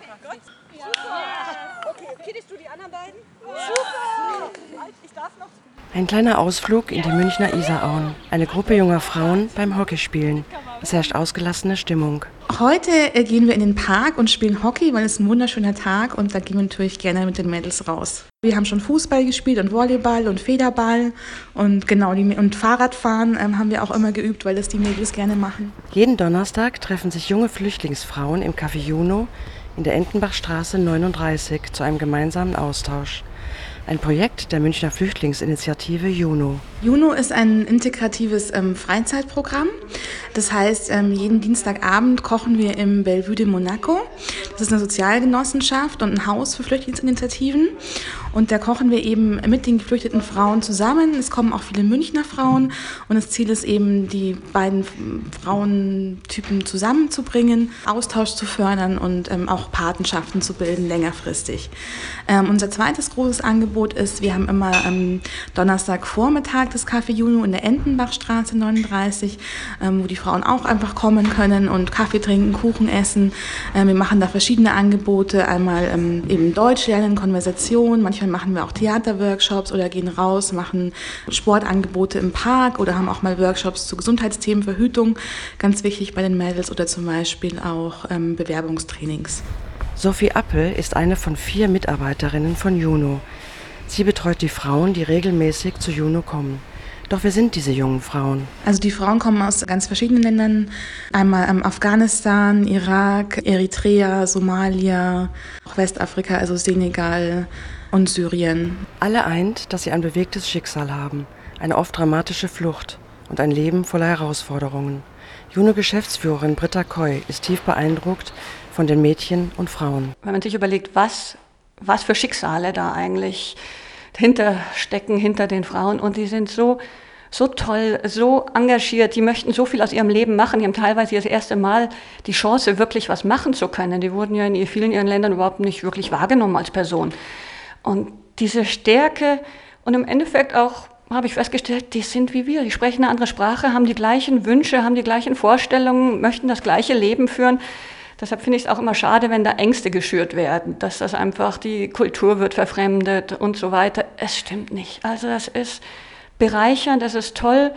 Okay, kennst du die anderen beiden? Super! Ich darf noch. Ein kleiner Ausflug in die Münchner Isarauen. Eine Gruppe junger Frauen beim Hockeyspielen. Es herrscht ausgelassene Stimmung. Heute gehen wir in den Park und spielen Hockey, weil es ein wunderschöner Tag und da gehen wir natürlich gerne mit den Mädels raus. Wir haben schon Fußball gespielt und Volleyball und Federball und und Fahrradfahren haben wir auch immer geübt, weil das die Mädels gerne machen. Jeden Donnerstag treffen sich junge Flüchtlingsfrauen im Café Juno in der Entenbachstraße 39 zu einem gemeinsamen Austausch. Ein Projekt der Münchner Flüchtlingsinitiative Juno. Juno ist ein integratives Freizeitprogramm. Das heißt, jeden Dienstagabend kochen wir im Bellevue de Monaco. Das ist eine Sozialgenossenschaft und ein Haus für Flüchtlingsinitiativen. Und da kochen wir eben mit den geflüchteten Frauen zusammen. Es kommen auch viele Münchner Frauen. Und das Ziel ist eben, die beiden Frauentypen zusammenzubringen, Austausch zu fördern und auch Patenschaften zu bilden, längerfristig. Unser zweites großes Angebot ist, wir haben immer am Donnerstagvormittag das Café Juno in der Entenbachstraße 39, wo die Frauen auch einfach kommen können und Kaffee trinken, Kuchen essen. Wir machen da verschiedene Angebote, einmal eben Deutsch lernen, Konversation, manchmal machen wir auch Theaterworkshops oder gehen raus, machen Sportangebote im Park oder haben auch mal Workshops zu Gesundheitsthemen, Verhütung, ganz wichtig bei den Mädels oder zum Beispiel auch Bewerbungstrainings. Sophie Appel ist eine von 4 Mitarbeiterinnen von Juno. Sie betreut die Frauen, die regelmäßig zu Juno kommen. Doch wer sind diese jungen Frauen? Also die Frauen kommen aus ganz verschiedenen Ländern. Einmal Afghanistan, Irak, Eritrea, Somalia, auch Westafrika, also Senegal und Syrien. Alle eint, dass sie ein bewegtes Schicksal haben, eine oft dramatische Flucht und ein Leben voller Herausforderungen. Juno-Geschäftsführerin Britta Koy ist tief beeindruckt von den Mädchen und Frauen. Wenn man sich überlegt, was für Schicksale da eigentlich hinterstecken, hinter den Frauen. Und die sind so toll, so engagiert, die möchten so viel aus ihrem Leben machen. Die haben teilweise das erste Mal die Chance, wirklich was machen zu können. Die wurden ja in vielen ihren Ländern überhaupt nicht wirklich wahrgenommen als Person. Und diese Stärke und im Endeffekt auch, habe ich festgestellt, die sind wie wir. Die sprechen eine andere Sprache, haben die gleichen Wünsche, haben die gleichen Vorstellungen, möchten das gleiche Leben führen. Deshalb finde ich es auch immer schade, wenn da Ängste geschürt werden, dass das einfach, die Kultur wird verfremdet und so weiter. Es stimmt nicht. Also das ist bereichernd, das ist toll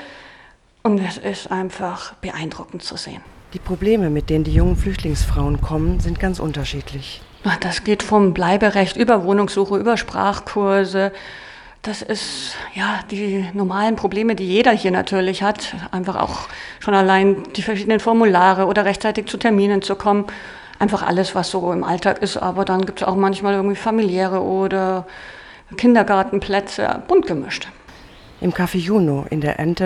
und es ist einfach beeindruckend zu sehen. Die Probleme, mit denen die jungen Flüchtlingsfrauen kommen, sind ganz unterschiedlich. Das geht vom Bleiberecht über Wohnungssuche, über Sprachkurse. Das ist ja die normalen Probleme, die jeder hier natürlich hat. Einfach auch schon allein die verschiedenen Formulare oder rechtzeitig zu Terminen zu kommen. Einfach alles, was so im Alltag ist. Aber dann gibt es auch manchmal irgendwie familiäre oder Kindergartenplätze, bunt gemischt. Im Café Juno in der Ente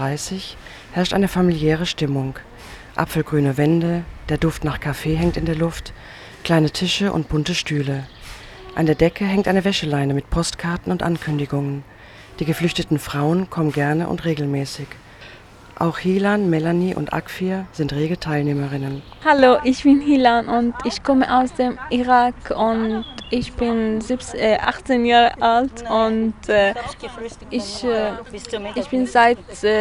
39 herrscht eine familiäre Stimmung. Apfelgrüne Wände, der Duft nach Kaffee hängt in der Luft, kleine Tische und bunte Stühle. An der Decke hängt eine Wäscheleine mit Postkarten und Ankündigungen. Die geflüchteten Frauen kommen gerne und regelmäßig. Auch Hilan, Melanie und Akfir sind rege Teilnehmerinnen. Hallo, ich bin Hilan und ich komme aus dem Irak und ich bin 18 Jahre alt und ich bin seit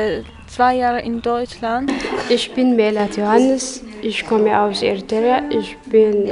2 Jahren in Deutschland. Ich bin Belat Johannes, ich komme aus Eritrea, ich bin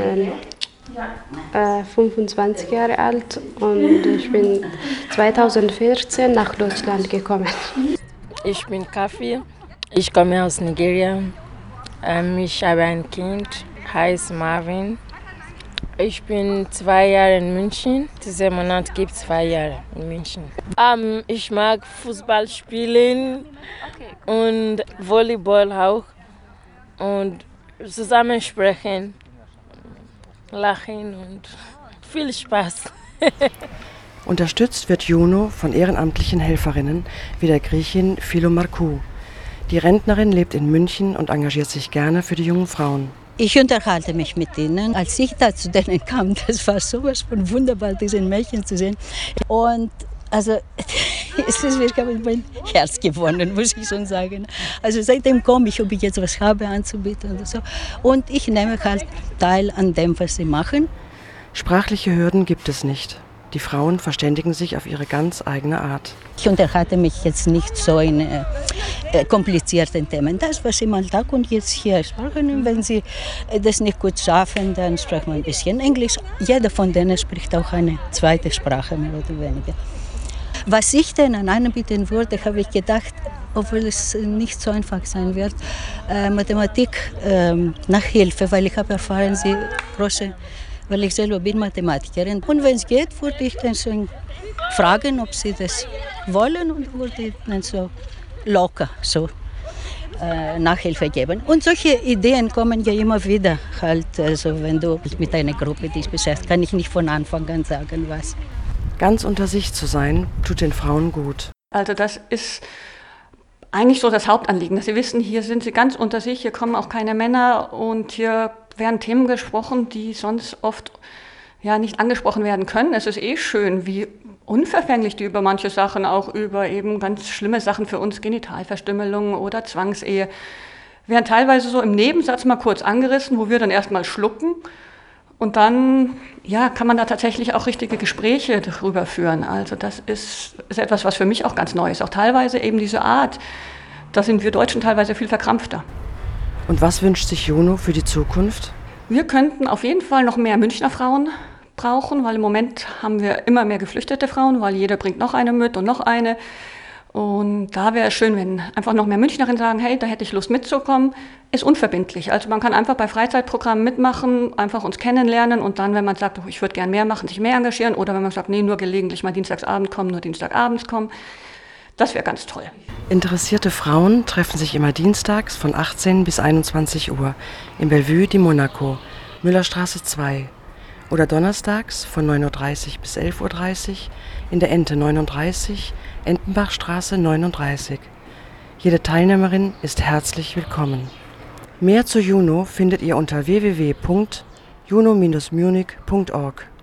25 Jahre alt und ich bin 2014 nach Deutschland gekommen. Ich bin Kafi, ich komme aus Nigeria. Ich habe ein Kind, heißt Marvin. Ich bin 2 Jahre in München. Diesen Monat gibt es 2 Jahre in München. Ich mag Fußball spielen und Volleyball auch und zusammen sprechen. Lachen und viel Spaß. Unterstützt wird Juno von ehrenamtlichen Helferinnen wie der Griechin Philo Markou. Die Rentnerin lebt in München und engagiert sich gerne für die jungen Frauen. Ich unterhalte mich mit ihnen. Als ich da zu denen kam, das war sowas von wunderbar, diese Mädchen zu sehen. Und also, es ist wirklich mein Herz gewonnen, muss ich schon sagen. Also seitdem komme ich, ob ich jetzt was habe anzubieten oder so. Und ich nehme halt teil an dem, was sie machen. Sprachliche Hürden gibt es nicht. Die Frauen verständigen sich auf ihre ganz eigene Art. Ich unterhalte mich jetzt nicht so in komplizierten Themen. Das, was im Alltag und jetzt hier sprechen, wenn sie das nicht gut schaffen, dann sprechen wir ein bisschen Englisch. Jeder von denen spricht auch eine zweite Sprache, mehr oder weniger. Was ich denen anbieten würde, habe ich gedacht, obwohl es nicht so einfach sein wird, Mathematik Nachhilfe, weil ich habe erfahren, weil ich selber bin Mathematikerin. Und wenn es geht, würde ich dann schon fragen, ob sie das wollen und würde ich dann so locker Nachhilfe geben. Und solche Ideen kommen ja immer wieder. Also wenn du mit einer Gruppe dich beschäftigst, kann ich nicht von Anfang an sagen, was. Ganz unter sich zu sein, tut den Frauen gut. Also das ist eigentlich so das Hauptanliegen, dass sie wissen, hier sind sie ganz unter sich, hier kommen auch keine Männer und hier werden Themen gesprochen, die sonst oft nicht angesprochen werden können. Es ist schön, wie unverfänglich die über manche Sachen, auch über eben ganz schlimme Sachen für uns, Genitalverstümmelung oder Zwangsehe, werden teilweise so im Nebensatz mal kurz angerissen, wo wir dann erstmal schlucken. Und dann kann man da tatsächlich auch richtige Gespräche darüber führen. Also das ist etwas, was für mich auch ganz neu ist. Auch teilweise eben diese Art, da sind wir Deutschen teilweise viel verkrampfter. Und was wünscht sich Juno für die Zukunft? Wir könnten auf jeden Fall noch mehr Münchner Frauen brauchen, weil im Moment haben wir immer mehr geflüchtete Frauen, weil jeder bringt noch eine mit und noch eine. Und da wäre es schön, wenn einfach noch mehr Münchnerinnen sagen, hey, da hätte ich Lust mitzukommen. Ist unverbindlich. Also man kann einfach bei Freizeitprogrammen mitmachen, einfach uns kennenlernen und dann, wenn man sagt, ich würde gern mehr machen, sich mehr engagieren oder wenn man sagt, nee, nur gelegentlich mal Dienstagsabend kommen, nur Dienstagabends kommen. Das wäre ganz toll. Interessierte Frauen treffen sich immer dienstags von 18 bis 21 Uhr im Bellevue di Monaco, Müllerstraße 2 oder donnerstags von 9.30 Uhr bis 11.30 Uhr in der Ente 39, Entenbachstraße 39. Jede Teilnehmerin ist herzlich willkommen. Mehr zu Juno findet ihr unter www.juno-munich.org.